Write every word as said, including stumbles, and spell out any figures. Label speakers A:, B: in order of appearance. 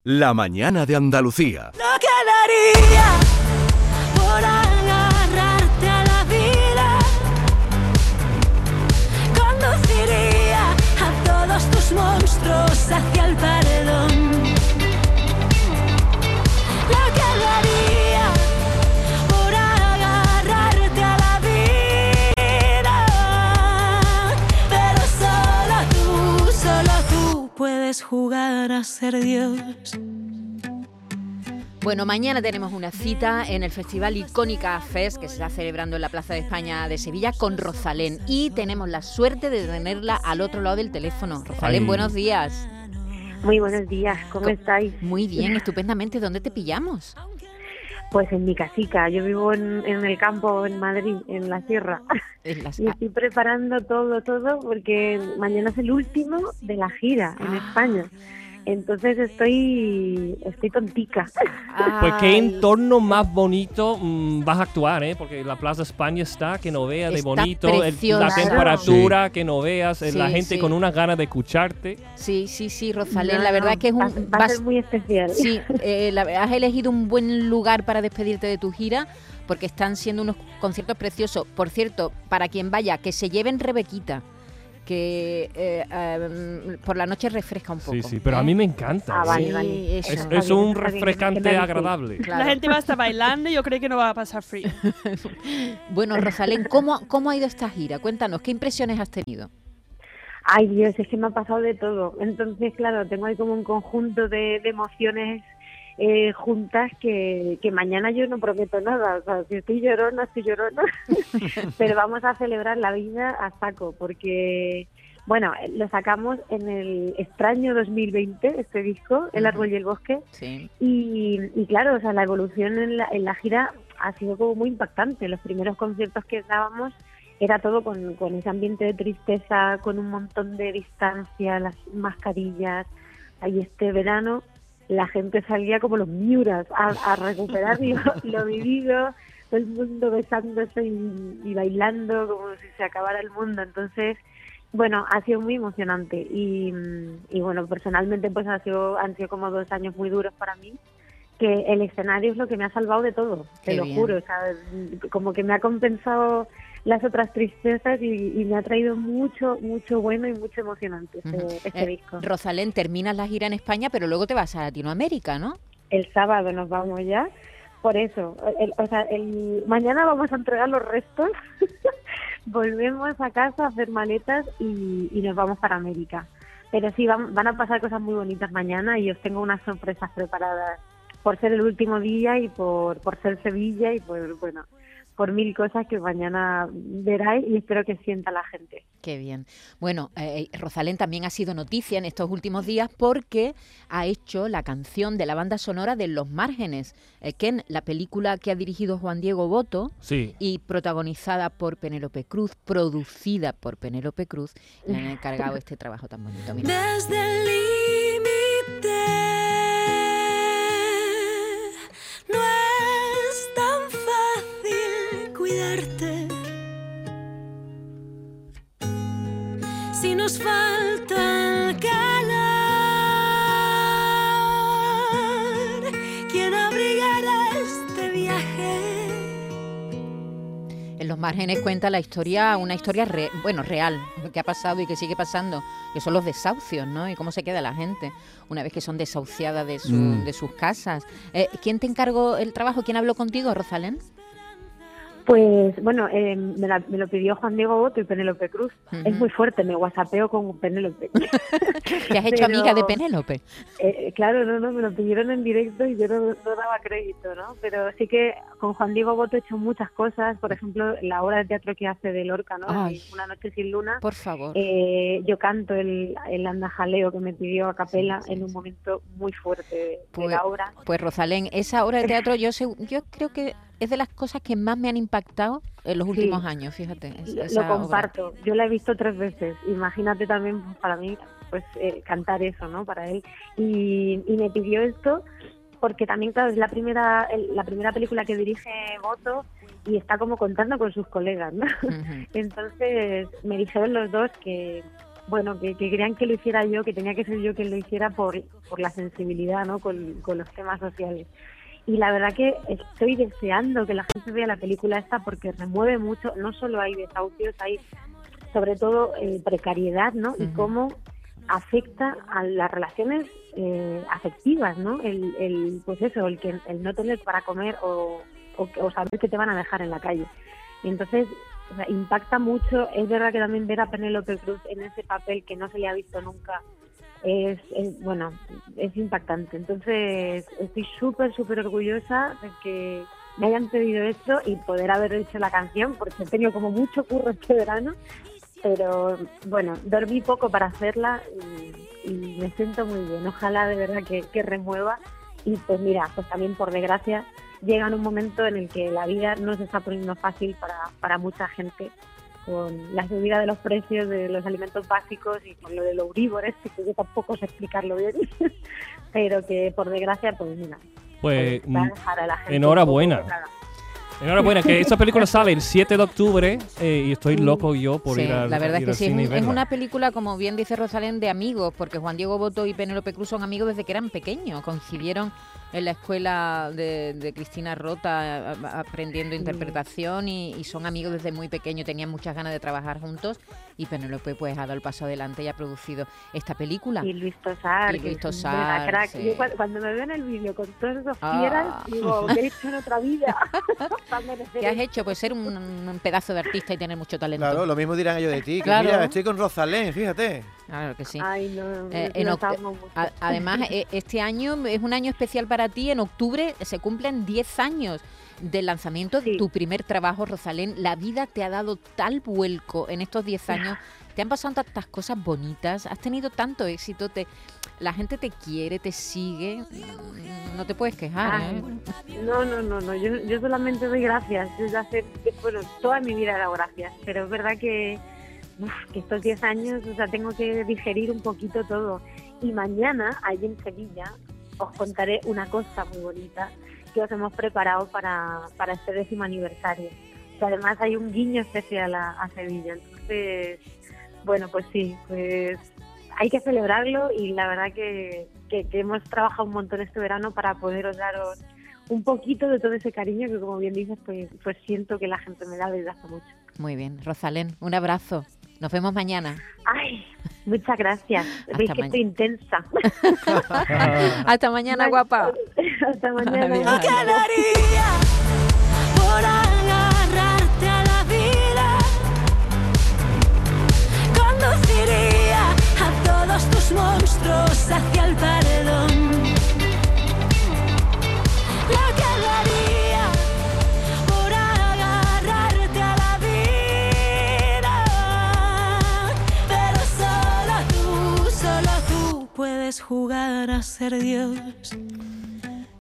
A: La mañana de Andalucía.
B: No quedaría por agarrarte a la vida. Conduciría a todos tus monstruos hacia el paredón. No quedaría por agarrarte a la vida. Pero solo tú, solo tú puedes jugar a ser Dios.
C: Bueno, mañana tenemos una cita en el Festival Icónica Fest que se está celebrando en la Plaza de España de Sevilla con Rosalén y tenemos la suerte de tenerla al otro lado del teléfono. Rosalén,
D: Ay.
C: buenos días.
E: Muy buenos días, ¿cómo
C: Co-
E: estáis?
C: Muy bien, estupendamente. ¿Dónde te pillamos?
E: Pues en mi casica, yo vivo en, en el campo en Madrid, en la sierra,
C: En las-
E: y estoy preparando todo, todo, porque mañana es el último de la gira en
C: Ah.
E: España. Entonces estoy estoy tontica.
D: Pues qué
C: Ay,
D: entorno más bonito mm, vas a actuar, ¿eh? Porque la Plaza España está, que no veas de
C: Está
D: bonito, el- la
C: preciosa.
D: temperatura, que no veas, eh, la
C: Sí,
D: gente
C: sí.
D: con unas ganas de escucharte.
C: Sí, sí, sí, Rosalén,
E: No,
C: la verdad
E: no,
C: que es un...
E: va, va a
C: vas-
E: ser muy especial.
C: Sí, eh, la- has elegido un buen lugar para despedirte de tu gira porque están siendo unos conciertos preciosos. Por cierto, para quien vaya, que se lleven Rebequita, que eh, eh, por la noche refresca un poco.
D: Sí, sí, pero
C: ¿eh?
D: a mí me encanta.
E: Ah,
D: ¿eh?
E: vale,
C: Sí,
E: vale.
C: eso.
D: Es,
E: Está
D: es
E: bien,
D: un
E: está bien,
D: refrescante
E: que me avise.
D: agradable.
C: Claro.
F: La gente va a estar bailando y yo creo que no va a pasar frío.
C: Bueno, Rosalén, ¿cómo, ¿cómo ha ido esta gira? Cuéntanos, ¿qué impresiones has tenido?
E: Ay, Dios, es que me ha pasado de todo. Entonces, claro, tengo ahí como un conjunto de, de emociones eh, juntas que, que mañana yo no prometo nada. O sea, si estoy llorona, estoy llorona. Pero vamos a celebrar la vida a saco, porque, bueno, lo sacamos en el extraño dos mil veinte, este disco, El árbol y el bosque.
C: Sí.
E: Y, y claro, o sea, la evolución en la, en la gira ha sido como muy impactante. Los primeros conciertos que dábamos era todo con, con ese ambiente de tristeza, con un montón de distancia, las mascarillas. Ahí este verano la gente salía como los Miuras a, a recuperar lo, lo vivido, todo el mundo besándose y, y bailando como si se acabara el mundo. Entonces, bueno, ha sido muy emocionante y, y bueno, personalmente pues ha sido, han sido como dos años muy duros para mí, que el escenario es lo que me ha salvado de todo,
C: Qué
E: te lo
C: bien.
E: juro, o sea, como que me ha compensado las otras tristezas y, y me ha traído mucho, mucho bueno y mucho emocionante este,
C: Ujú.
E: este
C: Eh,
E: disco.
C: Rosalén, terminas la gira en España, pero luego te vas a Latinoamérica, ¿no?
E: El sábado nos vamos ya, por eso, el- o sea, el, mañana vamos a entregar los restos, volvemos a casa a hacer maletas y, y nos vamos para América. Pero sí, van, van a pasar cosas muy bonitas mañana y os tengo unas sorpresas preparadas por ser el último día y por, por ser Sevilla y por, bueno, por mil cosas que mañana veráis y espero que sienta la gente.
C: Qué bien. Bueno, eh, Rosalén también ha sido noticia en estos últimos días porque ha hecho la canción de la banda sonora de Los Márgenes, eh, Ken, la película que ha dirigido Juan Diego Boto
D: Sí.
C: y protagonizada por Penélope Cruz, producida por Penélope Cruz, le han encargado este trabajo tan bonito. Mira.
B: Desde el límite no es tan fácil cuidarte. Si nos falta el calor, ¿quién abrigará este viaje?
C: En Los Márgenes cuenta la historia, una historia re- bueno, real, que ha pasado y que sigue pasando, que son los desahucios, ¿no? Y cómo se queda la gente una vez que son desahuciadas de, su-
D: Mm.
C: de sus casas. Eh, ¿Quién te encargó el trabajo? ¿Quién habló contigo, Rosalén?
E: Pues bueno, eh, me, la- me lo pidió Juan Diego Boto y Penélope Cruz.
C: Ujú.
E: Es muy fuerte, me whatsappeo con Penélope.
C: ¿Te has hecho
E: Pero-
C: amiga de Penélope?
E: Eh, claro, no, no, me lo pidieron en directo y yo no, no daba crédito, ¿no? Pero sí que con Juan Diego Boto he hecho muchas cosas, por ejemplo, la obra de teatro que hace de Lorca, ¿no?
C: Ay.
E: Una noche sin luna.
C: Por favor.
E: Eh, yo canto el, el andajaleo que me pidió a capela
C: Sí, sí,
E: en un
C: sí.
E: momento muy fuerte de, de
C: Pues-
E: la obra.
C: Pues Rosalén, esa obra de teatro yo sé- yo creo que es de las cosas que más me han impactado en los
E: Sí.
C: últimos años, fíjate. es-
E: Lo-
C: esa
E: Lo
C: obra.
E: comparto. Yo la he visto tres veces. Imagínate también pues, para mí pues eh, cantar eso, ¿no? Para él. Y, y me pidió esto porque también, claro, es la primera el- la primera película que dirige Boto y está como contando con sus colegas, ¿no?
C: Ujú.
E: Entonces me dijeron los dos que, bueno, que, que creían que lo hiciera yo, que tenía que ser yo quien lo hiciera por, por la sensibilidad, ¿no? Con, con los temas sociales. Y la verdad que estoy deseando que la gente vea la película esta porque remueve mucho, no solo hay desahucios, hay sobre todo eh, precariedad, ¿no? Uh-huh. Y cómo afecta a las relaciones eh, afectivas, ¿no? El, el, pues eso, el, que, el no tener para comer o, o, o saber que te van a dejar en la calle. Y entonces, o sea, impacta mucho. Es verdad que también ver a Penélope Cruz en ese papel que no se le ha visto nunca es, es bueno, es impactante. Entonces, estoy súper, súper orgullosa de que me hayan pedido esto y poder haber hecho la canción, porque he tenido como mucho curro este verano, pero bueno, dormí poco para hacerla y, y me siento muy bien. Ojalá de verdad que, que remueva. Y pues mira, pues también por desgracia llega en un momento en el que la vida no se está poniendo fácil para, para mucha gente, con la subida de los precios de los alimentos básicos y con lo del Euribor este, que yo tampoco sé explicarlo bien, pero que por desgracia, pues mira,
D: pues,
E: pues va a dejar a la gente
D: enhorabuena. Enhorabuena, que esta película sale el siete de octubre eh, y estoy loco yo por
C: sí,
D: ir al
C: la verdad
D: ir
C: es que
D: al
C: sí,
D: cine
C: es,
D: y
C: un- es
D: verla.
C: una película, como bien dice Rosalén, de amigos, porque Juan Diego Botto y Penélope Cruz son amigos desde que eran pequeños, coincidieron en la escuela de, de Cristina Rota a- a- aprendiendo interpretación y, y son amigos desde muy pequeños, tenían muchas ganas de trabajar juntos y Penélope pues ha dado el paso adelante y ha producido esta película.
E: Y Luis Tosar,
C: Y
E: que
C: Luis
E: es un
C: Tosar,
E: mega crack.
C: sí.
E: Yo cu- cuando me veo en el vídeo con todos esos
C: Ah.
E: fieras, digo, ¿qué he hecho en otra vida? Para merecer
C: ¿Qué has
E: esto.
C: hecho? Pues ser un, un pedazo de artista y tener mucho talento.
G: Claro, lo mismo dirán ellos de ti, que
C: Claro.
G: mira, estoy con Rosalén, fíjate.
C: Claro que sí.
E: Ay, no,
C: Eh,
E: nos
C: en oct-
E: amo mucho.
C: a- además, eh, este año es un año especial para ti. En octubre se cumplen diez años del lanzamiento de
E: Sí.
C: tu primer trabajo, Rosalén. La vida te ha dado tal vuelco en estos diez años. Te han pasado tantas cosas bonitas. Has tenido tanto éxito. Te, la gente te quiere, te sigue. Mm, No te puedes quejar,
E: Ay,
C: ¿eh?
E: no, no, no, no. Yo, yo solamente doy gracias. Desde hace, bueno, toda mi vida he dado gracias. Pero es verdad que, uf, que estos diez años, o sea, tengo que digerir un poquito todo. Y mañana, allí en Sevilla, os contaré una cosa muy bonita que os hemos preparado para, para este décimo aniversario. Que además hay un guiño especial a, a Sevilla. Entonces, bueno, pues sí, pues hay que celebrarlo y la verdad que, que, que hemos trabajado un montón este verano para poderos daros un poquito de todo ese cariño que, como bien dices, pues, pues siento que la gente me da desde hace mucho.
C: Muy bien, Rosalén, un abrazo. Nos vemos mañana.
E: Ay, muchas gracias. Veis que
C: ma-
E: estoy intensa.
C: Hasta mañana, guapa.
E: Hasta mañana.
C: Adiós.
B: No quedaría por agarrarte a la vida. Conduciría a todos tus monstruos hacia el paredón. No quedaría por agarrarte a la vida. Pero solo tú, solo tú puedes jugar a ser Dios.